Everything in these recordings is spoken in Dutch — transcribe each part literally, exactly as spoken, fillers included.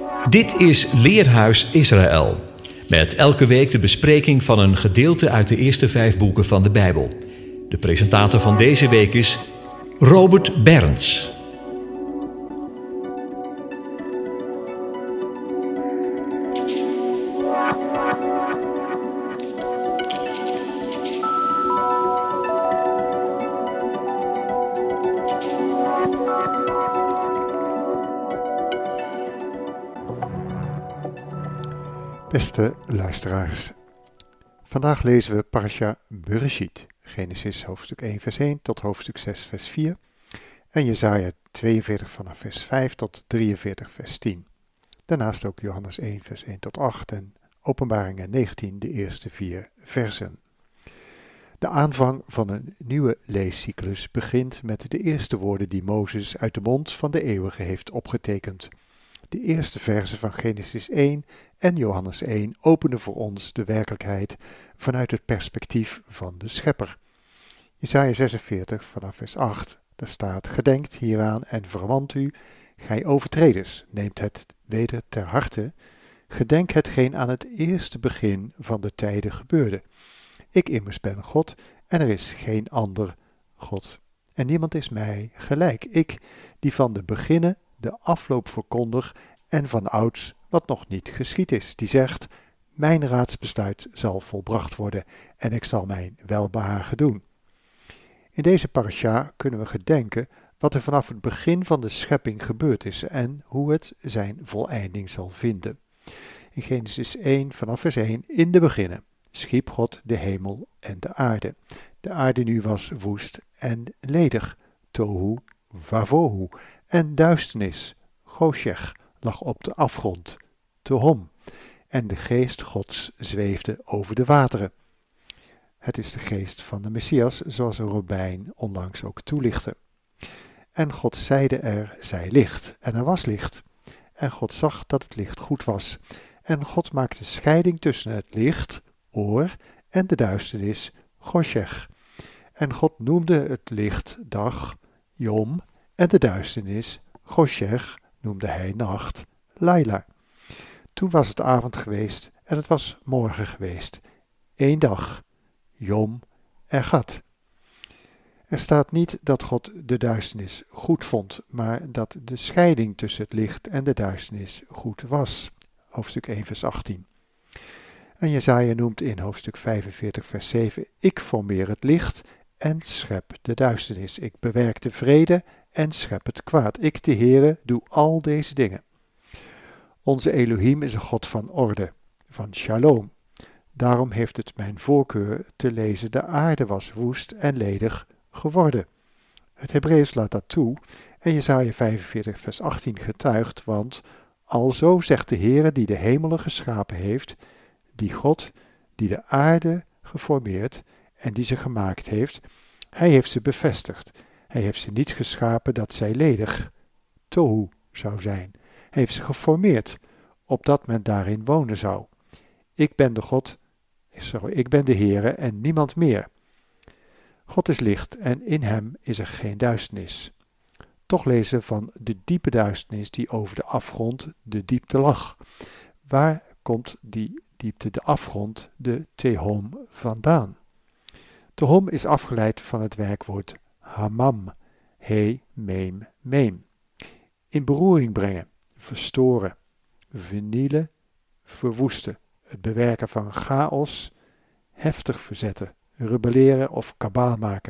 Dit is Leerhuis Israël, met elke week de bespreking van een gedeelte uit de eerste vijf boeken van de Bijbel. De presentator van deze week is Robert Berends. Beste luisteraars, vandaag lezen we Parasha Bereshit, Genesis hoofdstuk één vers één tot hoofdstuk zes vers vier en Jesaja tweeënveertig vanaf vers vijf tot drieënveertig vers tien. Daarnaast ook Johannes één vers één tot acht en Openbaringen negentien, de eerste vier versen. De aanvang van een nieuwe leescyclus begint met de eerste woorden die Mozes uit de mond van de eeuwige heeft opgetekend. De eerste verzen van Genesis één en Johannes één openen voor ons de werkelijkheid vanuit het perspectief van de schepper. Jesaja zesenveertig vanaf vers acht, daar staat: Gedenkt hieraan en verwant u, gij overtreders, neemt het weder ter harte. Gedenk hetgeen aan het eerste begin van de tijden gebeurde. Ik immers ben God en er is geen ander God. En niemand is mij gelijk. Ik, die van de beginnen de afloop verkondig en van ouds wat nog niet geschied is, die zegt: mijn raadsbesluit zal volbracht worden en ik zal mijn welbehagen doen. In deze parasha kunnen we gedenken wat er vanaf het begin van de schepping gebeurd is en hoe het zijn voleinding zal vinden. In Genesis één vanaf vers één: in de beginnen schiep God de hemel en de aarde. De aarde nu was woest en ledig, tohu vavohu, en duisternis, Goshech, lag op de afgrond, tehom, en de geest Gods zweefde over de wateren. Het is de geest van de Messias, zoals een rabbijn onlangs ook toelichtte. En God zeide er, zij licht, en er was licht. En God zag dat het licht goed was. En God maakte scheiding tussen het licht, oor, en de duisternis, Goshech. En God noemde het licht dag, Yom, en de duisternis, Goshech, noemde hij nacht, Laila. Toen was het avond geweest en het was morgen geweest. Eén dag, Yom en Gad. Er staat niet dat God de duisternis goed vond, maar dat de scheiding tussen het licht en de duisternis goed was. Hoofdstuk één vers achttien. En Jesaja noemt in hoofdstuk vijfenveertig vers zeven: Ik formeer het licht en schep de duisternis. Ik bewerk de vrede en schep het kwaad. Ik, de Heere, doe al deze dingen. Onze Elohim is een God van orde, van shalom. Daarom heeft het mijn voorkeur te lezen: de aarde was woest en ledig geworden. Het Hebreeuws laat dat toe en Jesaja vijfenveertig vers achttien getuigt, want alzo zegt de Heere die de hemelen geschapen heeft, die God die de aarde geformeerd en die ze gemaakt heeft, hij heeft ze bevestigd. Hij heeft ze niet geschapen dat zij ledig, tohu, zou zijn. Hij heeft ze geformeerd, opdat men daarin wonen zou. Ik ben de God, sorry, ik ben de Heere en niemand meer. God is licht en in hem is er geen duisternis. Toch lezen we van de diepe duisternis die over de afgrond, de diepte lag. Waar komt die diepte, de afgrond, de tehom, vandaan? Tehom is afgeleid van het werkwoord hamam, he, meem, meem. In beroering brengen, verstoren, vernielen, verwoesten. Het bewerken van chaos, heftig verzetten, rebelleren of kabaal maken.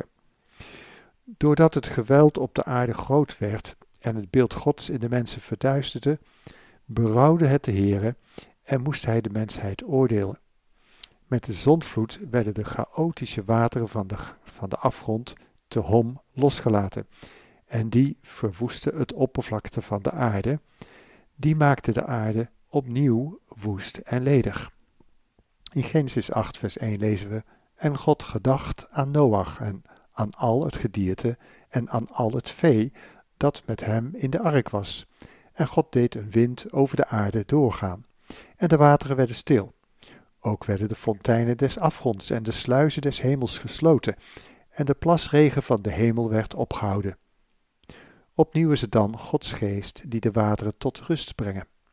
Doordat het geweld op de aarde groot werd en het beeld Gods in de mensen verduisterde, berouwde het de Heere en moest hij de mensheid oordelen. Met de zondvloed werden de chaotische wateren van de, van de afgrond tehom losgelaten en die verwoestten het oppervlakte van de aarde. Die maakte de aarde opnieuw woest en ledig. In Genesis acht vers één lezen we: En God gedacht aan Noach en aan al het gedierte en aan al het vee dat met hem in de ark was. En God deed een wind over de aarde doorgaan. En de wateren werden stil. Ook werden de fonteinen des afgronds en de sluizen des hemels gesloten. En de plasregen van de hemel werd opgehouden. Opnieuw is het dan Gods geest die de wateren tot rust brengen.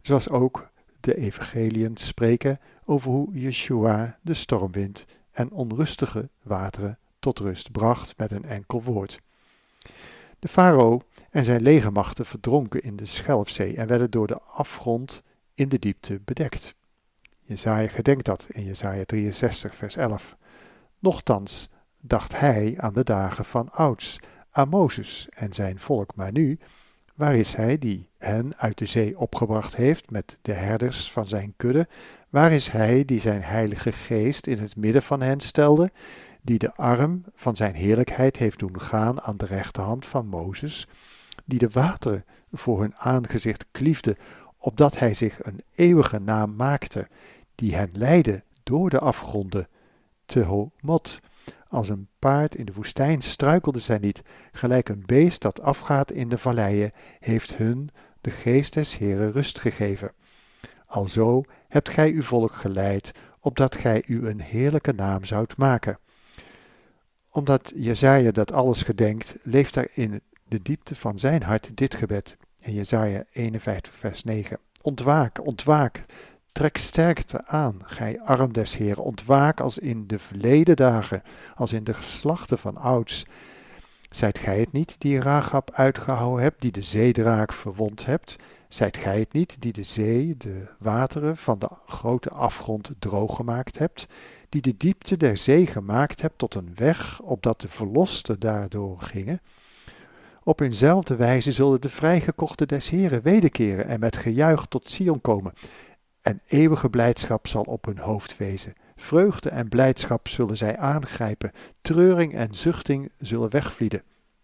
zoals ook de evangeliën spreken over hoe Yeshua de stormwind en onrustige wateren tot rust bracht met een enkel woord. De farao en zijn legermachten verdronken in de Schelfzee en werden door de afgrond in de diepte bedekt. Jesaja gedenkt dat in Jesaja drieënzestig vers elf. Nochtans dacht hij aan de dagen van ouds, aan Mozes en zijn volk, maar nu, waar is hij die hen uit de zee opgebracht heeft met de herders van zijn kudde? Waar is hij die zijn heilige geest in het midden van hen stelde, die de arm van zijn heerlijkheid heeft doen gaan aan de rechterhand van Mozes, die de wateren voor hun aangezicht kliefde, opdat hij zich een eeuwige naam maakte, die hen leidde door de afgronden, Tehomot. Als een paard in de woestijn struikelde zij niet, gelijk een beest dat afgaat in de valleien, heeft hun de geest des Heeren rust gegeven. Alzo hebt gij uw volk geleid, opdat gij u een heerlijke naam zoudt maken. Omdat Jesaja dat alles gedenkt, leeft er in de diepte van zijn hart dit gebed. In Jesaja eenenvijftig vers negen. Ontwaak, ontwaak, trek sterkte aan, gij arm des Heeren, ontwaak als in de verleden dagen, als in de geslachten van ouds. Zijt gij het niet die Rahab uitgehouden hebt, die de zeedraak verwond hebt? Zijt gij het niet die de zee, de wateren van de grote afgrond droog gemaakt hebt, die de diepte der zee gemaakt hebt tot een weg, opdat de verlosten daardoor gingen? Op eenzelfde wijze zullen de vrijgekochten des Heeren wederkeren en met gejuich tot Sion komen. En eeuwige blijdschap zal op hun hoofd wezen. Vreugde en blijdschap zullen zij aangrijpen. Treuring en zuchting zullen wegvlieden.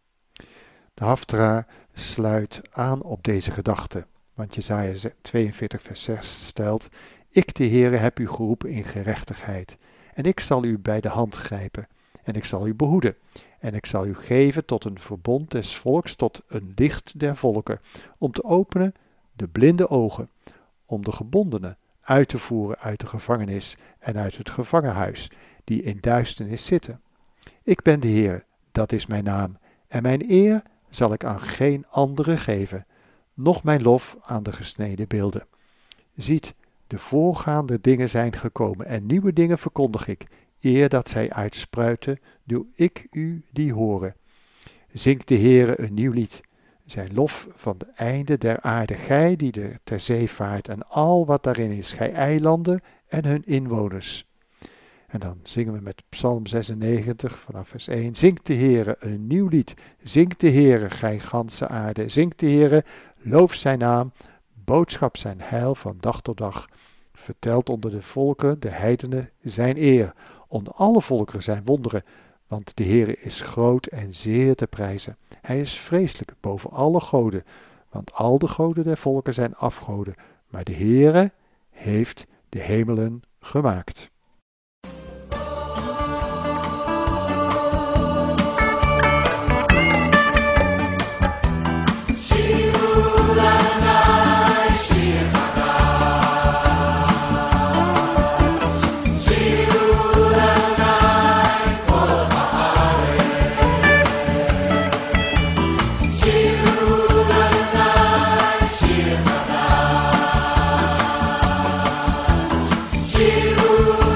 De Haftra sluit aan op deze gedachte. Want Jesaja tweeënveertig vers zes stelt: Ik de Heere heb u geroepen in gerechtigheid. En ik zal u bij de hand grijpen. En ik zal u behoeden. En ik zal u geven tot een verbond des volks, tot een licht der volken. Om te openen de blinde ogen. Om de gebondenen uit te voeren uit de gevangenis en uit het gevangenhuis, die in duisternis zitten. Ik ben de Heer, dat is mijn naam, en mijn eer zal ik aan geen andere geven, noch mijn lof aan de gesneden beelden. Ziet, de voorgaande dingen zijn gekomen, en nieuwe dingen verkondig ik, eer dat zij uitspruiten, doe ik u die horen. Zingt de Heere een nieuw lied, zijn lof van de einde der aarde, gij die de ter zee vaart en al wat daarin is, gij eilanden en hun inwoners. En dan zingen we met Psalm zesennegentig vanaf vers één. Zingt de Heere een nieuw lied, zingt de Heere, gij ganse aarde, zingt de Heere, loof zijn naam, boodschap zijn heil van dag tot dag. Vertelt onder de volken, de heidenen, zijn eer, onder alle volkeren zijn wonderen, want de Heere is groot en zeer te prijzen. Hij is vreselijk boven alle goden, want al de goden der volken zijn afgoden, maar de Heere heeft de hemelen gemaakt. Shiru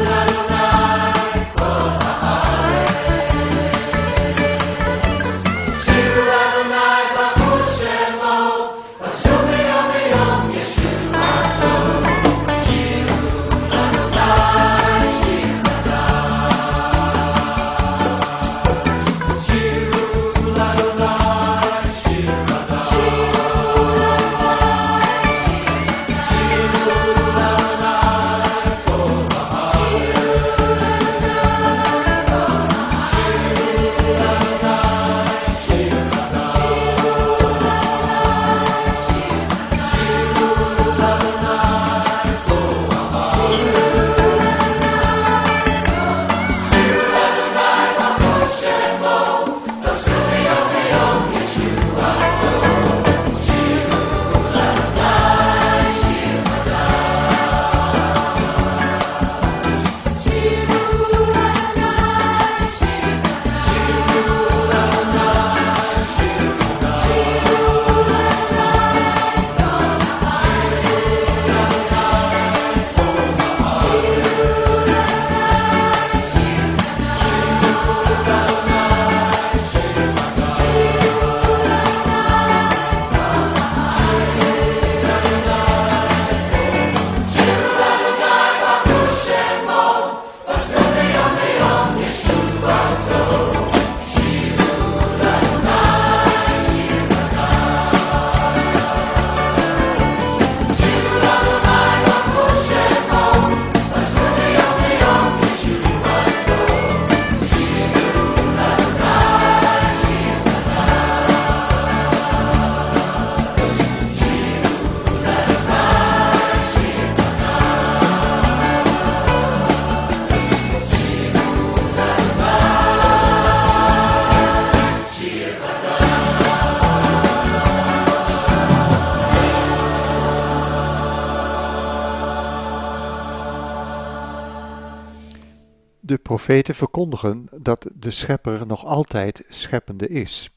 De profeten verkondigen dat de schepper nog altijd scheppende is.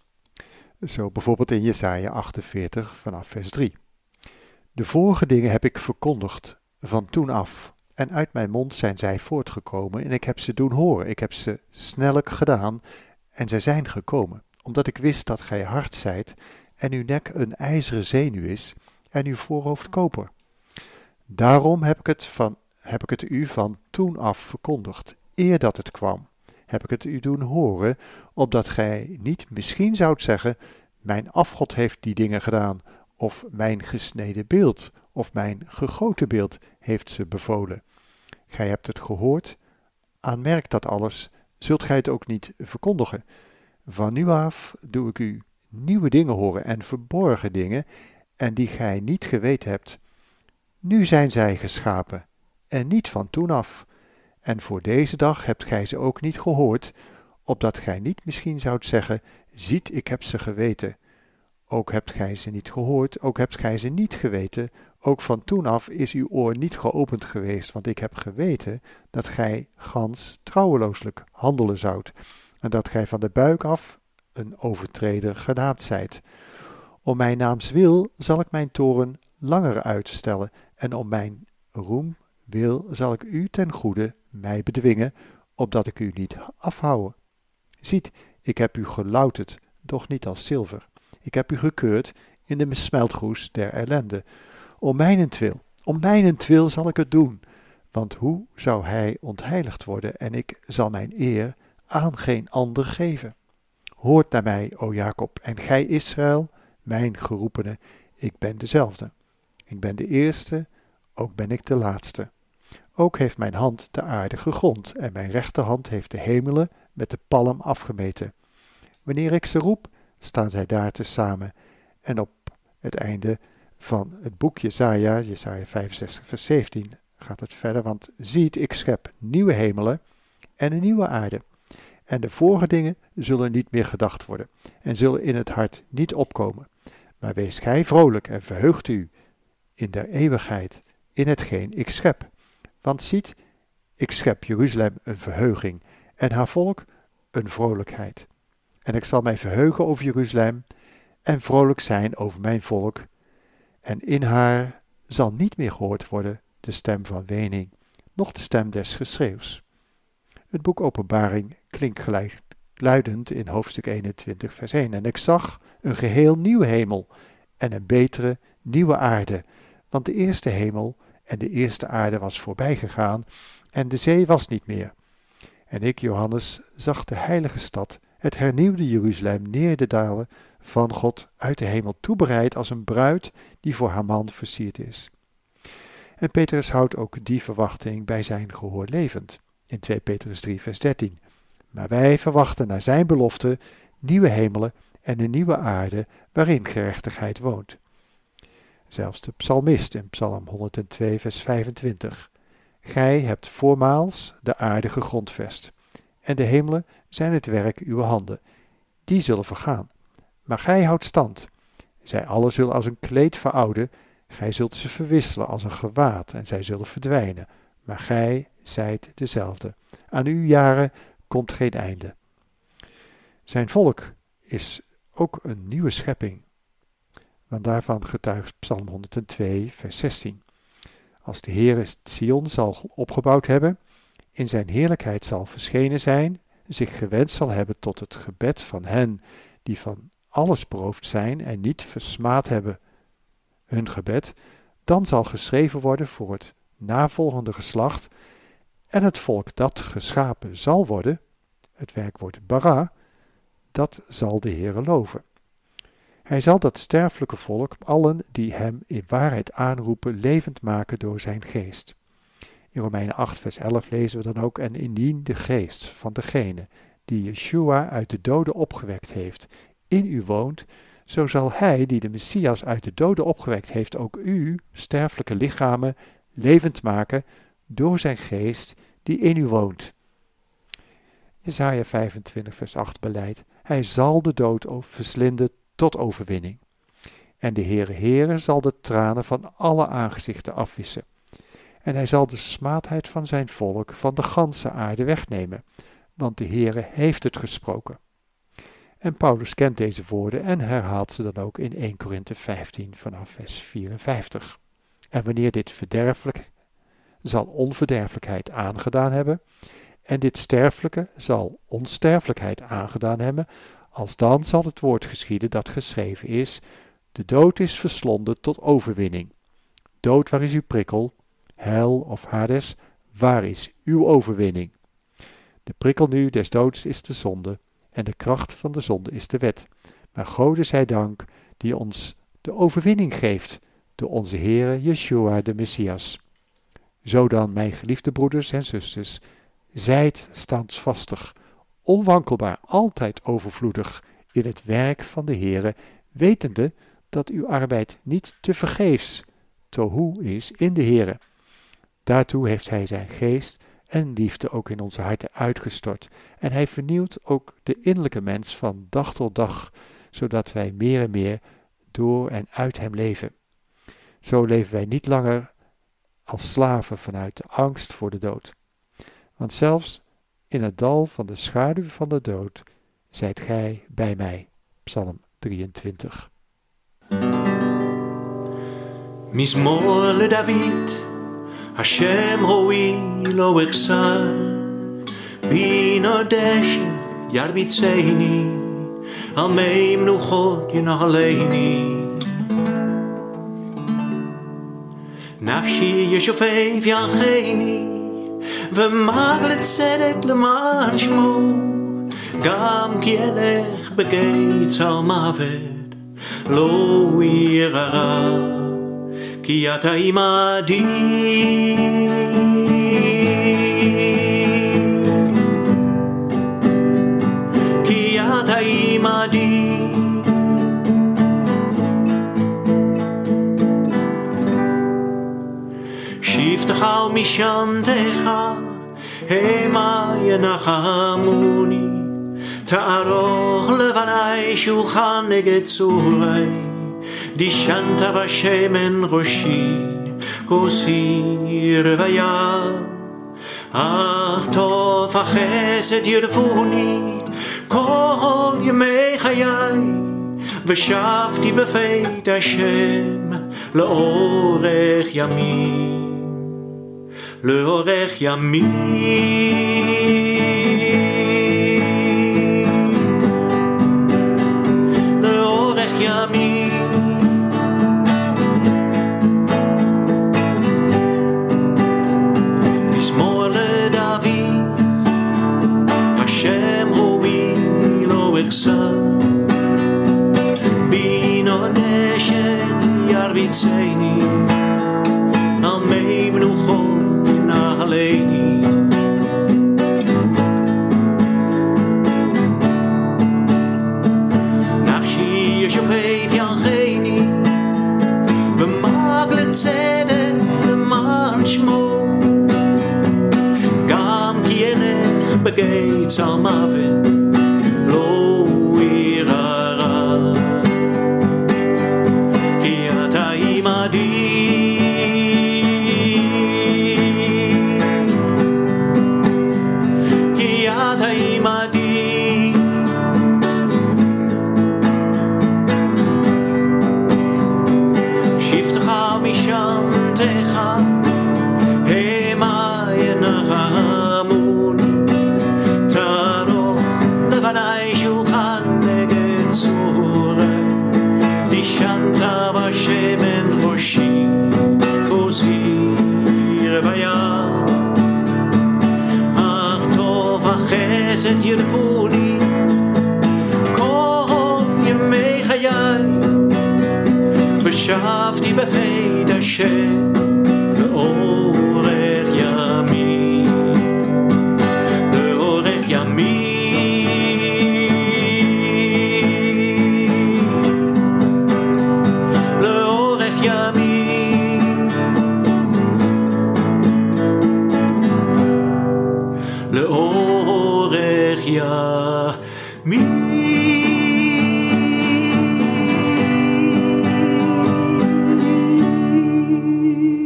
Zo bijvoorbeeld in Jesaja achtenveertig vanaf vers drie. De vorige dingen heb ik verkondigd van toen af, en uit mijn mond zijn zij voortgekomen en ik heb ze doen horen. Ik heb ze snellijk gedaan en zij zijn gekomen, omdat ik wist dat gij hard zijt en uw nek een ijzeren zenuw is en uw voorhoofd koper. Daarom heb ik het, van, heb ik het u van toen af verkondigd, eer dat het kwam. Heb ik het u doen horen, opdat gij niet misschien zoudt zeggen, mijn afgod heeft die dingen gedaan, of mijn gesneden beeld, of mijn gegoten beeld heeft ze bevolen. Gij hebt het gehoord, aanmerkt dat alles, zult gij het ook niet verkondigen. Van nu af doe ik u nieuwe dingen horen en verborgen dingen, en die gij niet geweten hebt. Nu zijn zij geschapen, en niet van toen af. En voor deze dag hebt gij ze ook niet gehoord, opdat gij niet misschien zoudt zeggen, ziet, ik heb ze geweten. Ook hebt gij ze niet gehoord, ook hebt gij ze niet geweten, ook van toen af is uw oor niet geopend geweest, want ik heb geweten dat gij gans trouwelooslijk handelen zoudt, en dat gij van de buik af een overtreder genaamd zijt. Om mijn naams wil zal ik mijn toren langer uitstellen, en om mijn roem wil zal ik u ten goede mij bedwingen, opdat ik u niet afhouwe. Ziet, ik heb u gelouterd, doch niet als zilver. Ik heb u gekeurd in de smeltgoes der ellende. Om mijnentwil, om mijnentwil zal ik het doen. Want hoe zou hij ontheiligd worden en ik zal mijn eer aan geen ander geven? Hoort naar mij, o Jacob, en gij Israël, mijn geroepene, ik ben dezelfde. Ik ben de eerste, ook ben ik de laatste. Ook heeft mijn hand de aarde gegrond en mijn rechterhand heeft de hemelen met de palm afgemeten. Wanneer ik ze roep, staan zij daar tezamen. En op het einde van het boek Jesaja, Jesaja vijfenzestig vers zeventien, gaat het verder, want ziet, ik schep nieuwe hemelen en een nieuwe aarde. En de vorige dingen zullen niet meer gedacht worden en zullen in het hart niet opkomen. Maar wees gij vrolijk en verheugt u in der eeuwigheid in hetgeen ik schep. Want ziet, ik schep Jeruzalem een verheuging en haar volk een vrolijkheid. En ik zal mij verheugen over Jeruzalem en vrolijk zijn over mijn volk. En in haar zal niet meer gehoord worden de stem van wening, noch de stem des geschreeuws. Het boek Openbaring klinkt gelijkluidend in hoofdstuk eenentwintig vers één. En ik zag een geheel nieuwe hemel en een betere nieuwe aarde, want de eerste hemel en de eerste aarde was voorbij gegaan en de zee was niet meer. En ik, Johannes, zag de heilige stad, het hernieuwde Jeruzalem, neer de dalen van God uit de hemel, toebereid als een bruid die voor haar man versierd is. En Petrus houdt ook die verwachting bij zijn gehoor levend, in twee Petrus drie vers dertien. Maar wij verwachten naar zijn belofte nieuwe hemelen en een nieuwe aarde waarin gerechtigheid woont. Zelfs de psalmist in Psalm honderdtwee vers vijfentwintig. Gij hebt voormaals de aarde gegrondvest, en de hemelen zijn het werk uw handen. Die zullen vergaan, maar gij houdt stand. Zij allen zullen als een kleed verouden, gij zult ze verwisselen als een gewaad, en zij zullen verdwijnen. Maar gij zijt dezelfde. Aan uw jaren komt geen einde. Zijn volk is ook een nieuwe schepping, want daarvan getuigt Psalm honderdtwee vers zestien. Als de Heere Sion zal opgebouwd hebben, in zijn heerlijkheid zal verschenen zijn, zich gewend zal hebben tot het gebed van hen die van alles beroofd zijn en niet versmaad hebben hun gebed, dan zal geschreven worden voor het navolgende geslacht en het volk dat geschapen zal worden, het werkwoord bara, dat zal de Heere loven. Hij zal dat sterfelijke volk, allen die hem in waarheid aanroepen, levend maken door zijn geest. In Romeinen acht vers elf lezen we dan ook, en indien de geest van degene die Yeshua uit de doden opgewekt heeft, in u woont, zo zal hij die de Messias uit de doden opgewekt heeft, ook u, sterfelijke lichamen, levend maken door zijn geest die in u woont. Jesaja vijfentwintig vers acht beleidt, hij zal de dood verslinden tot overwinning. En de Heere Heere zal de tranen van alle aangezichten afwissen. En hij zal de smaadheid van zijn volk van de ganse aarde wegnemen, want de Heere heeft het gesproken. En Paulus kent deze woorden en herhaalt ze dan ook in eerste Korinthe vijftien vanaf vers vierenvijftig. En wanneer dit verderfelijk zal onverderfelijkheid aangedaan hebben, en dit sterfelijke zal onsterfelijkheid aangedaan hebben, alsdan zal het woord geschieden dat geschreven is: de dood is verslonden tot overwinning. Dood, waar is uw prikkel? Hel of Hades, waar is uw overwinning? De prikkel nu des doods is de zonde, en de kracht van de zonde is de wet. Maar Gode zij dank, die ons de overwinning geeft, door onze Heere Yeshua de Messias. Zo dan, mijn geliefde broeders en zusters, zijt standvastig, onwankelbaar, altijd overvloedig in het werk van de Heere, wetende dat uw arbeid niet te vergeefs tohu is in de Heere. Daartoe heeft hij zijn geest en liefde ook in onze harten uitgestort. En hij vernieuwt ook de innerlijke mens van dag tot dag, zodat wij meer en meer door en uit hem leven. Zo leven wij niet langer als slaven vanuit de angst voor de dood. Want zelfs in het dal van de schaduw van de dood zijt gij bij mij. Psalm drieëntwintig. מזמור לדוד, השם רואי לא אחסר, בינו דשא ירביצני, על מי מנוחות ינהלני. נפשי ישופף ינחני, ומג לצדק למען שמו, גם כי אלך בגיא צל מוות, לא ירא. כי אתה עמדי, כי אתה עמדי, שבטך ומשענתך המה ינחמוני, תערוך לפני שולחן נגד צורי, Die shanta vashemen roshi, kosir vaya. Ach tov achesed yirfuni, kol yemei chayai, v'shavti befeit Hashem, leorech yamim, leorech yamim. בינו דשא ירביצני, על מי מנוחות ינהלני. נפשי ישופף ינחני, ומג לצדק למען שמו, גם כי אלך בגיא צל מוות, חסד ירפוני, כל ימי חיי, ושבתי בבית השם לאורך ימים, לאורך ימים, לאורך ימים, לאורך ימים.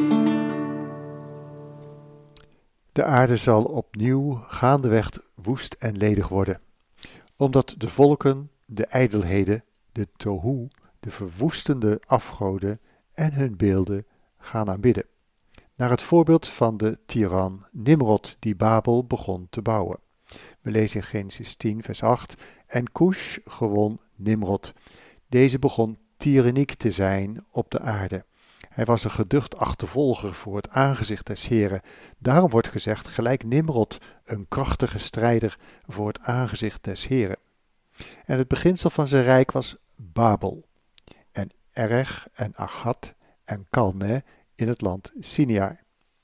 De aarde zal opnieuw gaandeweg woest en ledig worden, omdat de volken de ijdelheden, de tohu, de verwoestende afgoden en hun beelden gaan aanbidden, naar het voorbeeld van de tiran Nimrod die Babel begon te bouwen. We lezen in Genesis tien vers acht, en Cush gewon Nimrod. Deze begon tyranniek te zijn op de aarde. Hij was een geducht achtervolger voor het aangezicht des Heren. Daarom wordt gezegd, gelijk Nimrod, een krachtige strijder voor het aangezicht des Heren. En het beginsel van zijn rijk was Babel, en Erech en Achat en Kalne in het land Sinjar.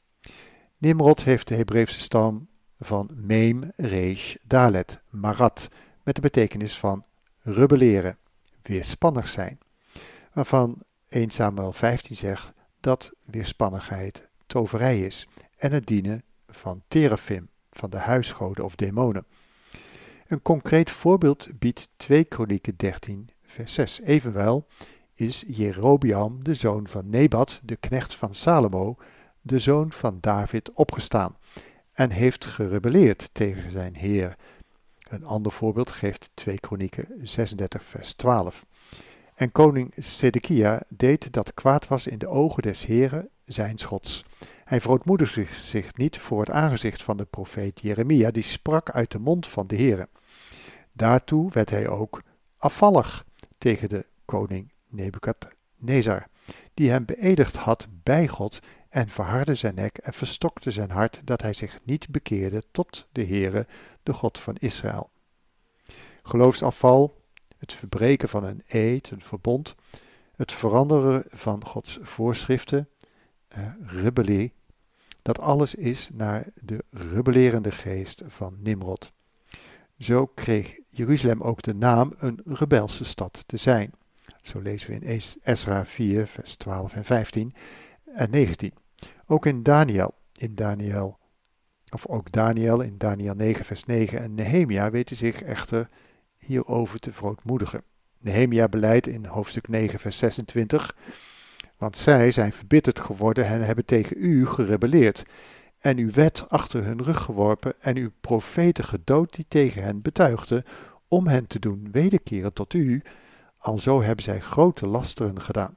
Nimrod heeft de Hebreeuwse stam van Mem, Resh, Dalet, Marat, met de betekenis van rebelleren, weerspannig zijn, waarvan eerste Samuel vijftien zegt dat weerspannigheid toverij is en het dienen van terafim, van de huisgoden of demonen. Een concreet voorbeeld biedt twee Kronieken dertien vers zes. Evenwel is Jerobeam, de zoon van Nebat, de knecht van Salomo, de zoon van David, opgestaan en heeft gerebelleerd tegen zijn heer. Een ander voorbeeld geeft twee Kronieken zesendertig vers twaalf. En koning Sedekia deed dat kwaad was in de ogen des Heren, zijns Gods. Hij verootmoedigde zich, zich niet voor het aangezicht van de profeet Jeremia, die sprak uit de mond van de Heren. Daartoe werd hij ook afvallig tegen de koning Nebukadnezar, die hem beëdigd had bij God en verhardde zijn nek en verstokte zijn hart, dat hij zich niet bekeerde tot de Heere, de God van Israël. Geloofsafval, het verbreken van een eed, een verbond, het veranderen van Gods voorschriften, eh, rebellie, dat alles is naar de rebellerende geest van Nimrod. Zo kreeg Jeruzalem ook de naam een rebelse stad te zijn. Zo lezen we in Esra vier vers twaalf en vijftien en negentien. Ook in Daniel, in Daniel, of ook Daniel in Daniel negen vers negen en Nehemia weten zich echter hierover te verootmoedigen. Nehemia beleidt in hoofdstuk negen vers zesentwintig, want zij zijn verbitterd geworden en hebben tegen u gerebelleerd en uw wet achter hun rug geworpen en uw profeten gedood die tegen hen betuigden, om hen te doen wederkeren tot u, alzo hebben zij grote lasteren gedaan.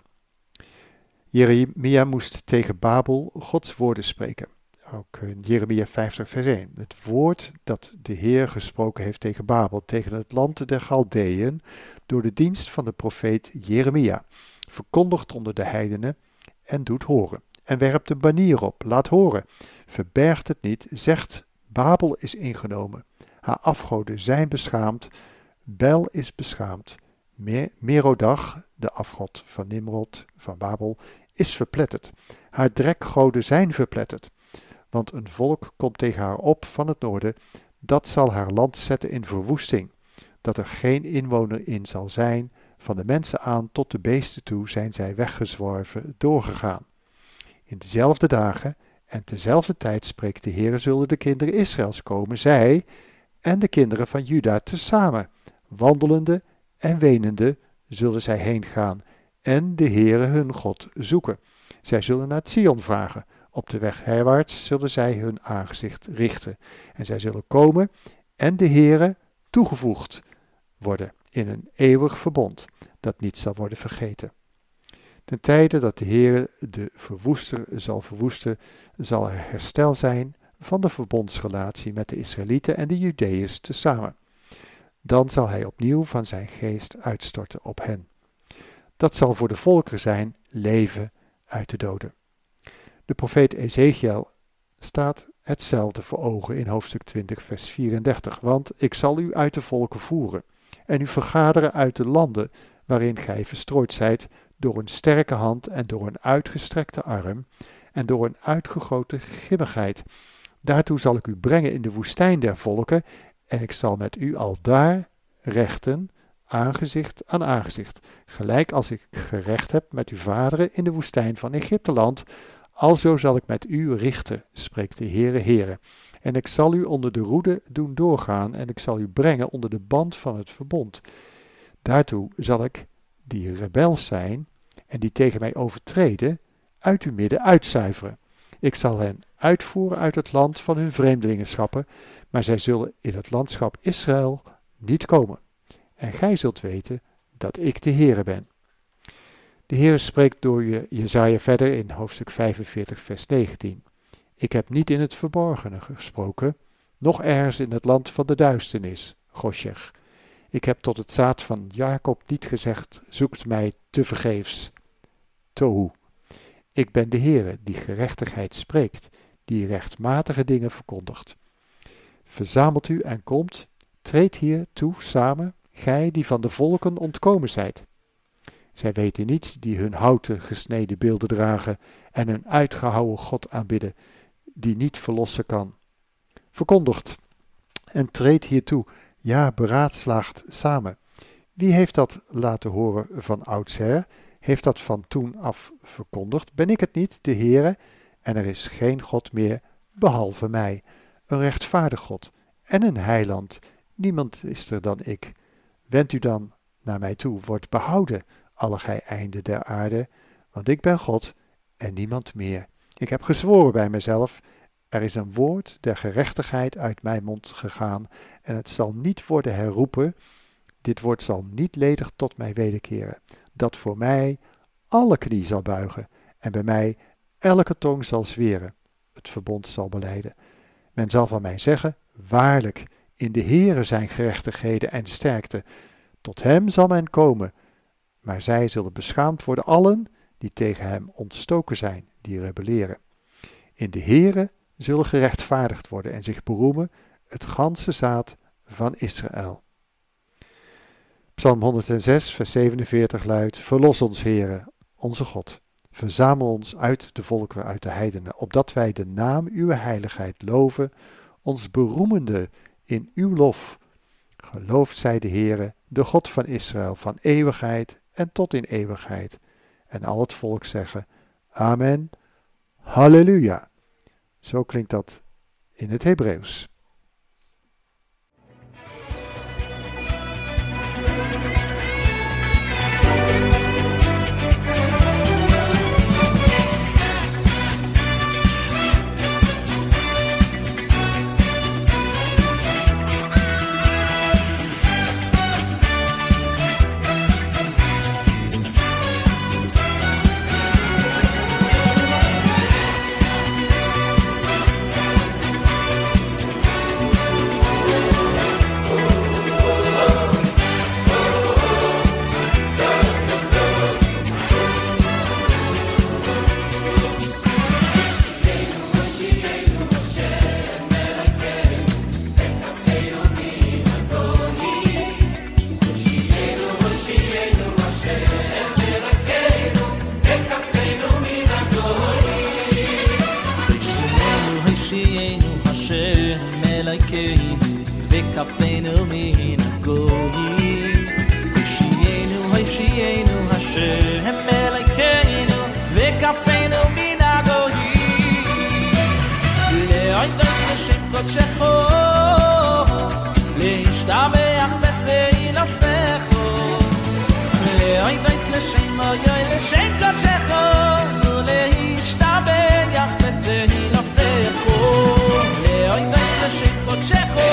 Jeremia moest tegen Babel Gods woorden spreken. Ook in Jeremia vijftig vers één. Het woord dat de Heer gesproken heeft tegen Babel, tegen het land der Galdeën, door de dienst van de profeet Jeremia, verkondigt onder de heidenen en doet horen. En werpt de banier op, laat horen. Verbergt het niet, zegt Babel is ingenomen. Haar afgoden zijn beschaamd, Bel is beschaamd. Merodach, de afgod van Nimrod, van Babel, is verpletterd. Haar drekgoden zijn verpletterd. Want een volk komt tegen haar op van het noorden, dat zal haar land zetten in verwoesting, dat er geen inwoner in zal zijn, van de mensen aan tot de beesten toe zijn zij weggezworven doorgegaan. In dezelfde dagen en tezelfde tijd spreekt de Heere, zullen de kinderen Israëls komen, zij en de kinderen van Juda tezamen, wandelende en wenende zullen zij heen gaan en de Heere hun God zoeken. Zij zullen naar Sion vragen. Op de weg herwaarts zullen zij hun aangezicht richten. En zij zullen komen en de Heere toegevoegd worden in een eeuwig verbond, dat niet zal worden vergeten. Ten tijde dat de Heere de verwoester zal verwoesten, zal er herstel zijn van de verbondsrelatie met de Israëlieten en de Judeërs tezamen. Dan zal hij opnieuw van zijn geest uitstorten op hen. Dat zal voor de volkeren zijn leven uit de doden. De profeet Ezekiel staat hetzelfde voor ogen in hoofdstuk twintig vers vierendertig. Want ik zal u uit de volken voeren en u vergaderen uit de landen waarin gij verstrooid zijt, door een sterke hand en door een uitgestrekte arm en door een uitgegoten grimmigheid. Daartoe zal ik u brengen in de woestijn der volken en ik zal met u aldaar rechten, aangezicht aan aangezicht, gelijk als ik gerecht heb met uw vaderen in de woestijn van Egypteland. Alzo zal ik met u richten, spreekt de Heere, Heere. En ik zal u onder de roede doen doorgaan en ik zal u brengen onder de band van het verbond. Daartoe zal ik, die rebels zijn en die tegen mij overtreden, uit uw midden uitzuiveren. Ik zal hen uitvoeren uit het land van hun vreemdelingenschappen, maar zij zullen in het landschap Israël niet komen. En gij zult weten dat ik de Heere ben. De Heere spreekt door je Jesaja verder in hoofdstuk vijfenveertig vers negentien. Ik heb niet in het verborgene gesproken, noch ergens in het land van de duisternis, Gosjech. Ik heb tot het zaad van Jacob niet gezegd, zoekt mij tevergeefs. Tohu. Ik ben de Heere die gerechtigheid spreekt, die rechtmatige dingen verkondigt. Verzamelt u en komt, treed hier toe samen, gij die van de volken ontkomen zijt. Zij weten niets die hun houten gesneden beelden dragen en een uitgehouwen God aanbidden, die niet verlossen kan. Verkondigt en treed hier toe, ja, beraadslaagt samen. Wie heeft dat laten horen van oudsher? Heeft dat van toen af verkondigd? Ben ik het niet, de Heere? En er is geen God meer, behalve mij, een rechtvaardig God en een heiland. Niemand is er dan ik. Wend u dan naar mij toe, wordt behouden, alle gij einden der aarde, want ik ben God en niemand meer. Ik heb gezworen bij mezelf, er is een woord der gerechtigheid uit mijn mond gegaan, en het zal niet worden herroepen, dit woord zal niet ledig tot mij wederkeren, dat voor mij alle knie zal buigen, en bij mij elke tong zal zweren, het verbond zal belijden. Men zal van mij zeggen, waarlijk, in de Heere zijn gerechtigheden en sterkte, tot hem zal men komen, maar zij zullen beschaamd worden allen die tegen hem ontstoken zijn, die rebelleren. In de Heere zullen gerechtvaardigd worden en zich beroemen het ganse zaad van Israël. Psalm honderdzes, vers zevenenveertig luidt, verlos ons, Heere, onze God. Verzamel ons uit de volkeren, uit de heidenen, opdat wij de naam uw heiligheid loven, ons beroemende in uw lof. Geloofd zij de Heere, de God van Israël, van eeuwigheid en tot in eeuwigheid. En al het volk zeggen, amen, halleluja. Zo klinkt dat in het Hebreeuws. Kapteinu min goyim Hishienu Hishienu Hashem Melekenu Vekapteinu min goyim Le'oidos L'shem Kodshecho Le'ishtabeach V'seilasecho Le'oidos L'shem Oyoy L'shem Kodshecho Le'ishtabeach V'seilasecho Le'oidos L'shem Kodshecho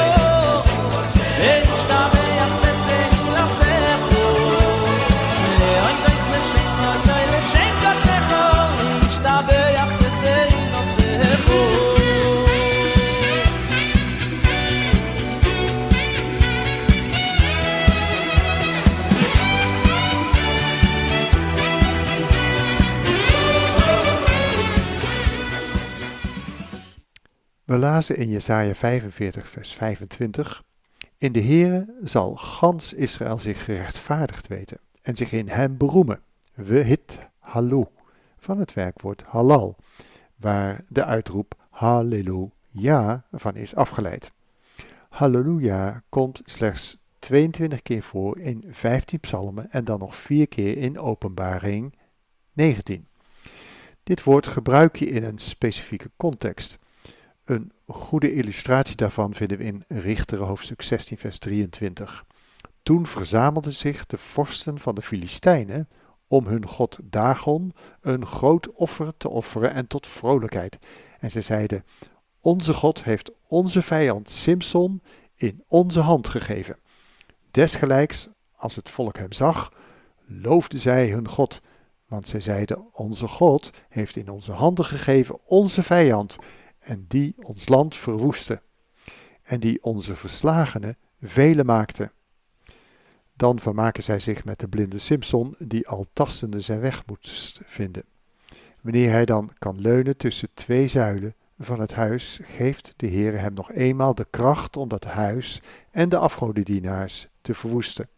We lazen in Jesaja vijfenveertig vers vijfentwintig, in de Heere zal gans Israël zich gerechtvaardigd weten en zich in hem beroemen. We hit hallo, van het werkwoord halal, waar de uitroep halleluja van is afgeleid. Halleluja komt slechts tweeëntwintig keer voor in vijftien psalmen en dan nog vier keer in Openbaring negentien. Dit woord gebruik je in een specifieke context. Een goede illustratie daarvan vinden we in Richteren hoofdstuk zestien vers drieëntwintig. Toen verzamelden zich de vorsten van de Filistijnen om hun god Dagon een groot offer te offeren en tot vrolijkheid. En ze zeiden, onze God heeft onze vijand Simson in onze hand gegeven. Desgelijks, als het volk hem zag, loofden zij hun God. Want zij zeiden, onze God heeft in onze handen gegeven onze vijand, en die ons land verwoestte, en die onze verslagenen vele maakte. Dan vermaken zij zich met de blinde Simson, die al tastende zijn weg moest vinden. Wanneer hij dan kan leunen tussen twee zuilen van het huis, geeft de Heere hem nog eenmaal de kracht om dat huis en de afgodendienaars te verwoesten.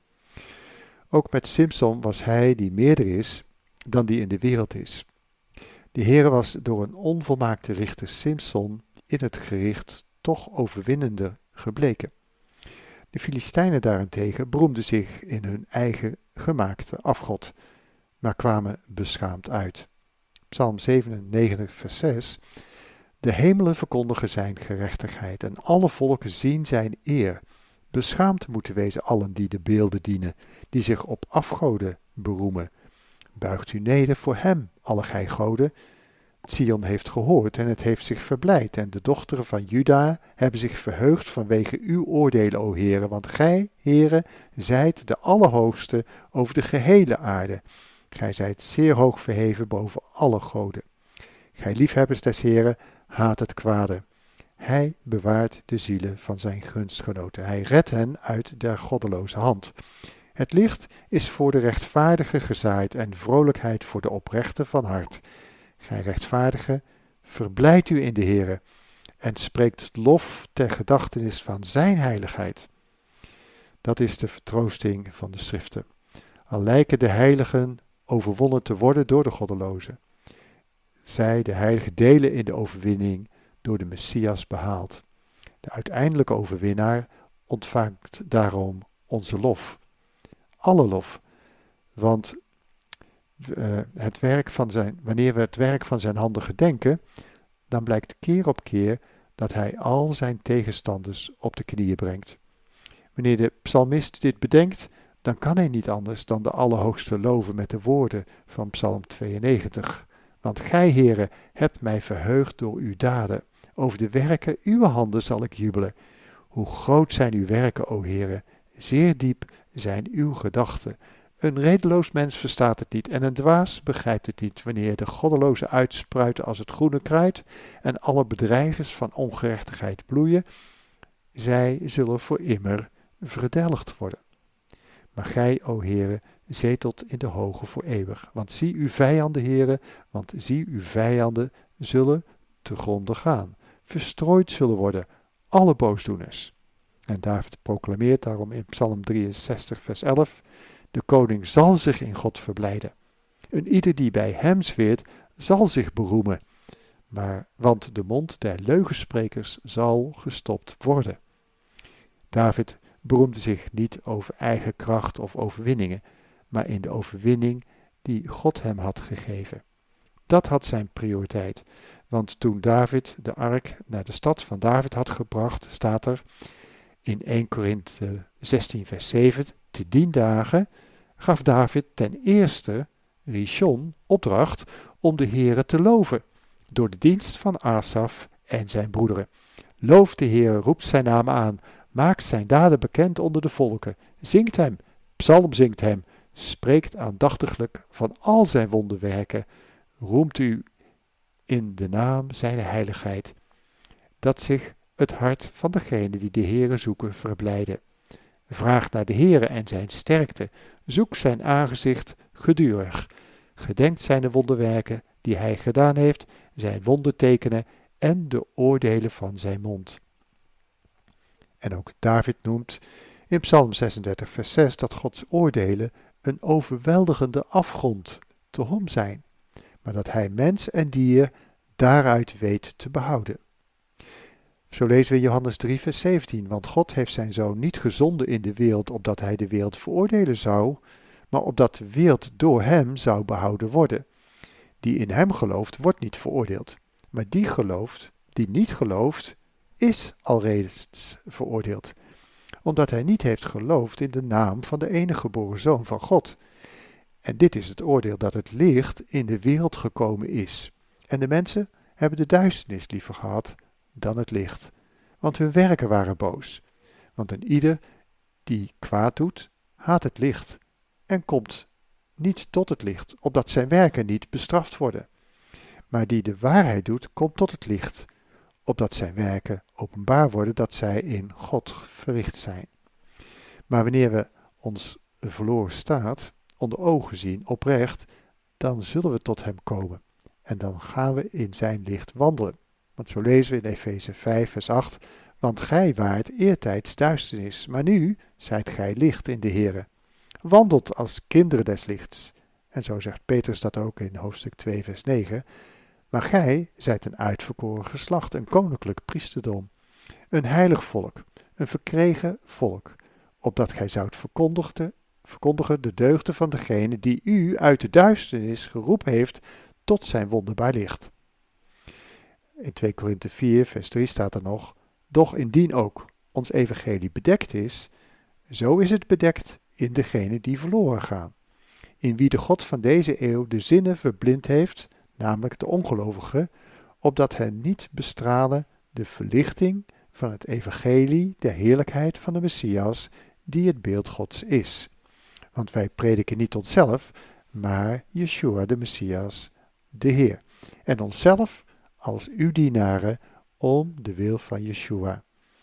Ook met Simson was hij die meerder is dan die in de wereld is. De Heere was door een onvolmaakte richter Simson in het gericht toch overwinnender gebleken. De Filistijnen daarentegen beroemden zich in hun eigen gemaakte afgod, maar kwamen beschaamd uit. Psalm zevenennegentig vers zes. De hemelen verkondigen zijn gerechtigheid en alle volken zien zijn eer. Beschaamd moeten wezen allen die de beelden dienen, die zich op afgoden beroemen. Buigt u neder voor hem, alle gij goden. Sion heeft gehoord en het heeft zich verblijd, en de dochteren van Juda hebben zich verheugd vanwege uw oordelen, o Heere, want gij, Heere, zijt de Allerhoogste over de gehele aarde. Gij zijt zeer hoog verheven boven alle goden. Gij liefhebbers des Heere, haat het kwade. Hij bewaart de zielen van zijn gunstgenoten. Hij redt hen uit der goddeloze hand. Het licht is voor de rechtvaardige gezaaid en vrolijkheid voor de oprechte van hart. Gij rechtvaardige, verblijd u in de Heere en spreekt lof ter gedachtenis van zijn heiligheid. Dat is de vertroosting van de schriften. Al lijken de heiligen overwonnen te worden door de goddelozen. Zij, de heiligen, delen in de overwinning door de Messias behaald. De uiteindelijke overwinnaar ontvangt daarom onze lof. Alle lof, want uh, het werk van zijn, wanneer we het werk van zijn handen gedenken, dan blijkt keer op keer dat hij al zijn tegenstanders op de knieën brengt. Wanneer de psalmist dit bedenkt, dan kan hij niet anders dan de Allerhoogste loven met de woorden van Psalm tweeënnegentig. Want gij, Heere, hebt mij verheugd door uw daden. Over de werken uw handen zal ik jubelen. Hoe groot zijn uw werken, o Heere, zeer diep zijn uw gedachten. Een redeloos mens verstaat het niet en een dwaas begrijpt het niet, wanneer de goddelozen uitspruiten als het groene kruid en alle bedrijvers van ongerechtigheid bloeien. Zij zullen voor immer verdelgd worden. Maar gij, o Heere, zetelt in de hoge voor eeuwig. Want zie uw vijanden, Heere, want zie uw vijanden zullen te gronde gaan. Verstrooid zullen worden alle boosdoeners. En David proclameert daarom in Psalm drieënzestig vers elf, de koning zal zich in God verblijden. En ieder die bij hem zweert, zal zich beroemen. Maar, want de mond der leugensprekers zal gestopt worden. David beroemde zich niet over eigen kracht of overwinningen, maar in de overwinning die God hem had gegeven. Dat had zijn prioriteit, want toen David de ark naar de stad van David had gebracht, staat er in eerste Korinthe zestien vers zeven, te dien dagen gaf David ten eerste Rishon opdracht om de Heere te loven, door de dienst van Asaf en zijn broederen. Loof de Heere, roept zijn naam aan, maakt zijn daden bekend onder de volken, zingt hem, psalm zingt hem, spreekt aandachtiglijk van al zijn wonderwerken, roemt u in de naam zijn heiligheid, dat zich het hart van degene die de Heere zoeken verblijden. Vraag naar de Heere en zijn sterkte, zoek zijn aangezicht gedurig, gedenkt zijn wonderwerken die hij gedaan heeft, zijn wondertekenen en de oordelen van zijn mond. En ook David noemt in Psalm zesendertig vers zes dat Gods oordelen een overweldigende afgrond te hom zijn, maar dat hij mens en dier daaruit weet te behouden. Zo lezen we in Johannes drie vers zeventien, want God heeft zijn zoon niet gezonden in de wereld opdat hij de wereld veroordelen zou, maar opdat de wereld door hem zou behouden worden. Die in hem gelooft, wordt niet veroordeeld, maar die gelooft, die niet gelooft, is al reeds veroordeeld, omdat hij niet heeft geloofd in de naam van de enige geboren Zoon van God. En dit is het oordeel dat het licht in de wereld gekomen is. En de mensen hebben de duisternis liever gehad dan het licht, want hun werken waren boos. Want een ieder die kwaad doet, haat het licht en komt niet tot het licht, opdat zijn werken niet bestraft worden. Maar die de waarheid doet, komt tot het licht, opdat zijn werken openbaar worden, dat zij in God verricht zijn. Maar wanneer we ons verloren staat onder ogen zien, oprecht, dan zullen we tot hem komen. En dan gaan we in zijn licht wandelen. Want zo lezen we in Efeze vijf vers acht, want gij waart eertijds duisternis, maar nu zijt gij licht in de Here. Wandelt als kinderen des lichts. En zo zegt Petrus dat ook in hoofdstuk twee vers negen. Maar gij zijt een uitverkoren geslacht, een koninklijk priesterdom, een heilig volk, een verkregen volk, opdat gij zoudt verkondigen, verkondigen de deugden van degene die u uit de duisternis geroepen heeft tot zijn wonderbaar licht. In twee Korinthe vier vers drie staat er nog, doch indien ook ons evangelie bedekt is, zo is het bedekt in degene die verloren gaan, in wie de God van deze eeuw de zinnen verblind heeft, namelijk de ongelovigen, opdat hen niet bestralen de verlichting van het evangelie der heerlijkheid van de Messias, die het beeld Gods is. Want wij prediken niet onszelf, maar Yeshua de Messias, de Heer, en onszelf als uw dienaren om de wil van Yeshua.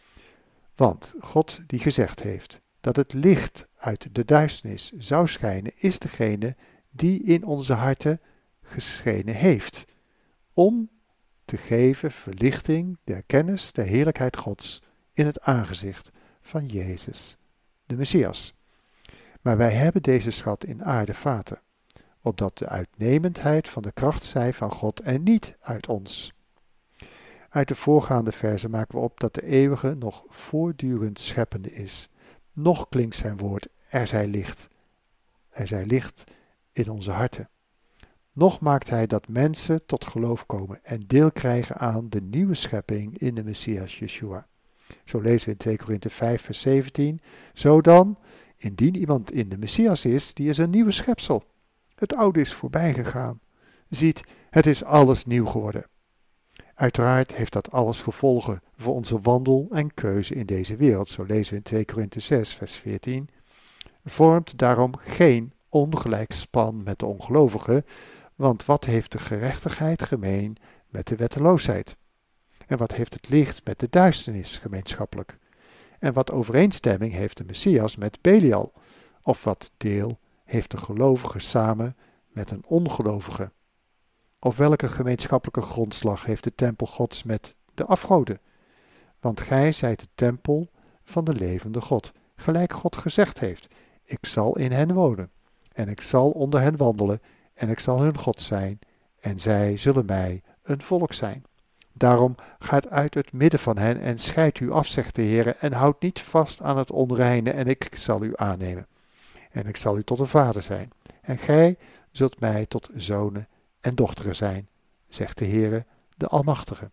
Want God die gezegd heeft dat het licht uit de duisternis zou schijnen, is degene die in onze harten geschenen heeft, om te geven verlichting der kennis der heerlijkheid Gods in het aangezicht van Jezus, de Messias. Maar wij hebben deze schat in aardevaten, opdat de uitnemendheid van de kracht zij van God en niet uit ons. Uit de voorgaande verzen maken we op dat de eeuwige nog voortdurend scheppende is. Nog klinkt zijn woord, er zij licht. Er zij licht in onze harten. Nog maakt hij dat mensen tot geloof komen en deel krijgen aan de nieuwe schepping in de Messias Yeshua. Zo lezen we in twee Korinthe vijf vers zeventien. Zo dan, indien iemand in de Messias is, die is een nieuwe schepsel. Het oude is voorbij gegaan. Ziet, het is alles nieuw geworden. Uiteraard heeft dat alles gevolgen voor onze wandel en keuze in deze wereld. Zo lezen we in twee Korinthe zes vers veertien. Vormt daarom geen ongelijk span met de ongelovigen, want wat heeft de gerechtigheid gemeen met de wetteloosheid? En wat heeft het licht met de duisternis gemeenschappelijk? En wat overeenstemming heeft de Messias met Belial? Of wat deel heeft de gelovige samen met een ongelovige? Of welke gemeenschappelijke grondslag heeft de tempel Gods met de afgoden? Want gij zijt de tempel van de levende God, gelijk God gezegd heeft, ik zal in hen wonen, en ik zal onder hen wandelen, en ik zal hun God zijn, en zij zullen mij een volk zijn. Daarom gaat uit het midden van hen en scheidt u af, zegt de Heer, en houdt niet vast aan het onreine, en ik zal u aannemen. En ik zal u tot een vader zijn, en gij zult mij tot zonen en dochteren zijn, zegt de Heer, de Almachtige.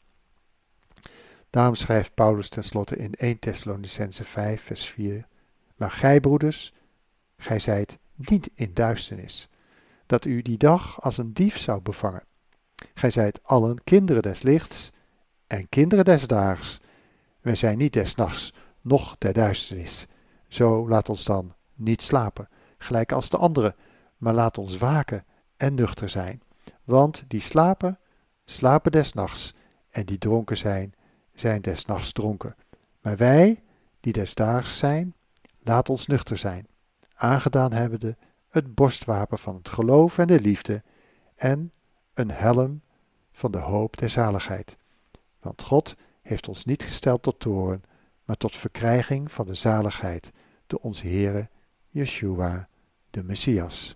Daarom schrijft Paulus tenslotte in eerste Thessalonicenzen vijf vers vier, maar gij broeders, gij zijt niet in duisternis, dat u die dag als een dief zou bevangen. Gij zijt allen kinderen des lichts en kinderen des daags. Wij zijn niet des nachts, noch der duisternis. Zo laat ons dan niet slapen, gelijk als de anderen, maar laat ons waken en nuchter zijn. Want die slapen, slapen des nachts, en die dronken zijn, zijn des nachts dronken. Maar wij, die des daags zijn, laat ons nuchter zijn, aangedaan hebbende het borstwapen van het geloof en de liefde, en een helm van de hoop der zaligheid. Want God heeft ons niet gesteld tot toorn, maar tot verkrijging van de zaligheid, door onze Heere Yeshua, de Messias.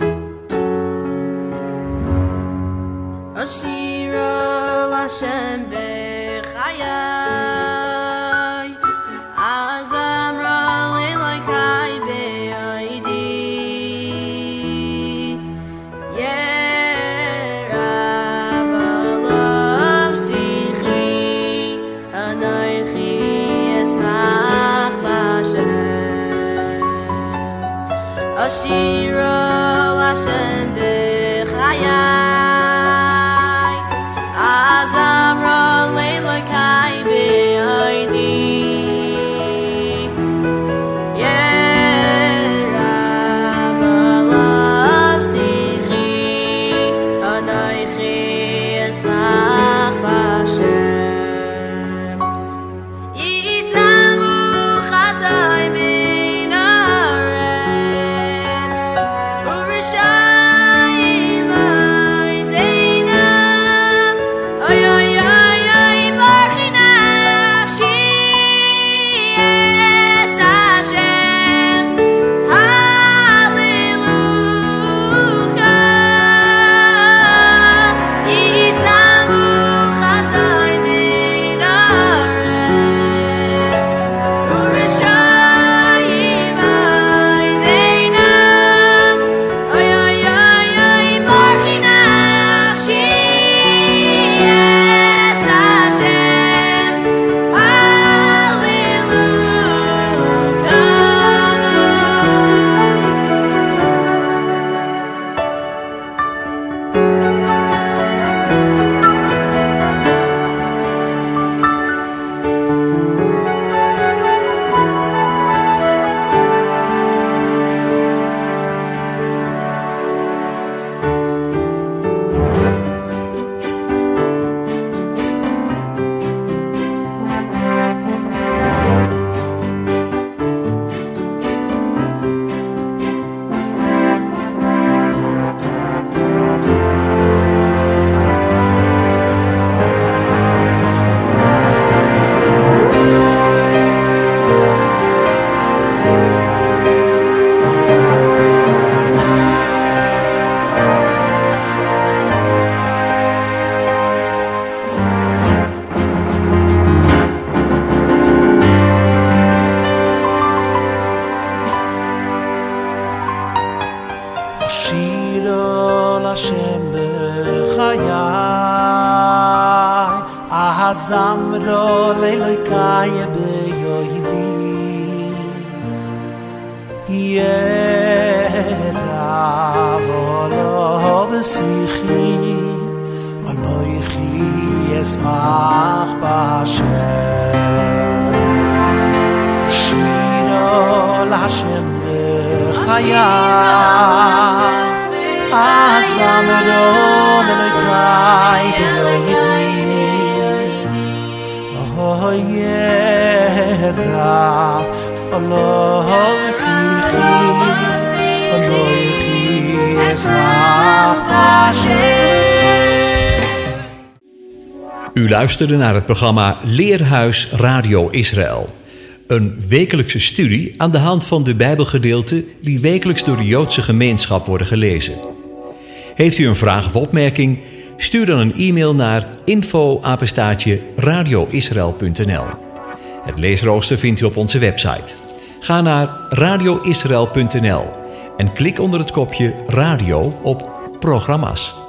Ashira Lashem Zamro leilokai beyoydi Yera volo v'sichi Anoichi esmach b'Hashem Shiro l'Hashem b'chayai Azamro leilokai beyoydi Oh yeah, Allah v'sichi, Anoichi esmach b'Hashem. U luisterde naar het programma Leerhuis Radio Israël. Een wekelijkse studie aan de hand van de Bijbelgedeelten die wekelijks door de Joodse gemeenschap worden gelezen. Heeft u een vraag of opmerking? Stuur dan een e-mail naar info apenstaartje radioisrael punt n l. Het leesrooster vindt u op onze website. Ga naar radioisrael punt n l en klik onder het kopje radio op programma's.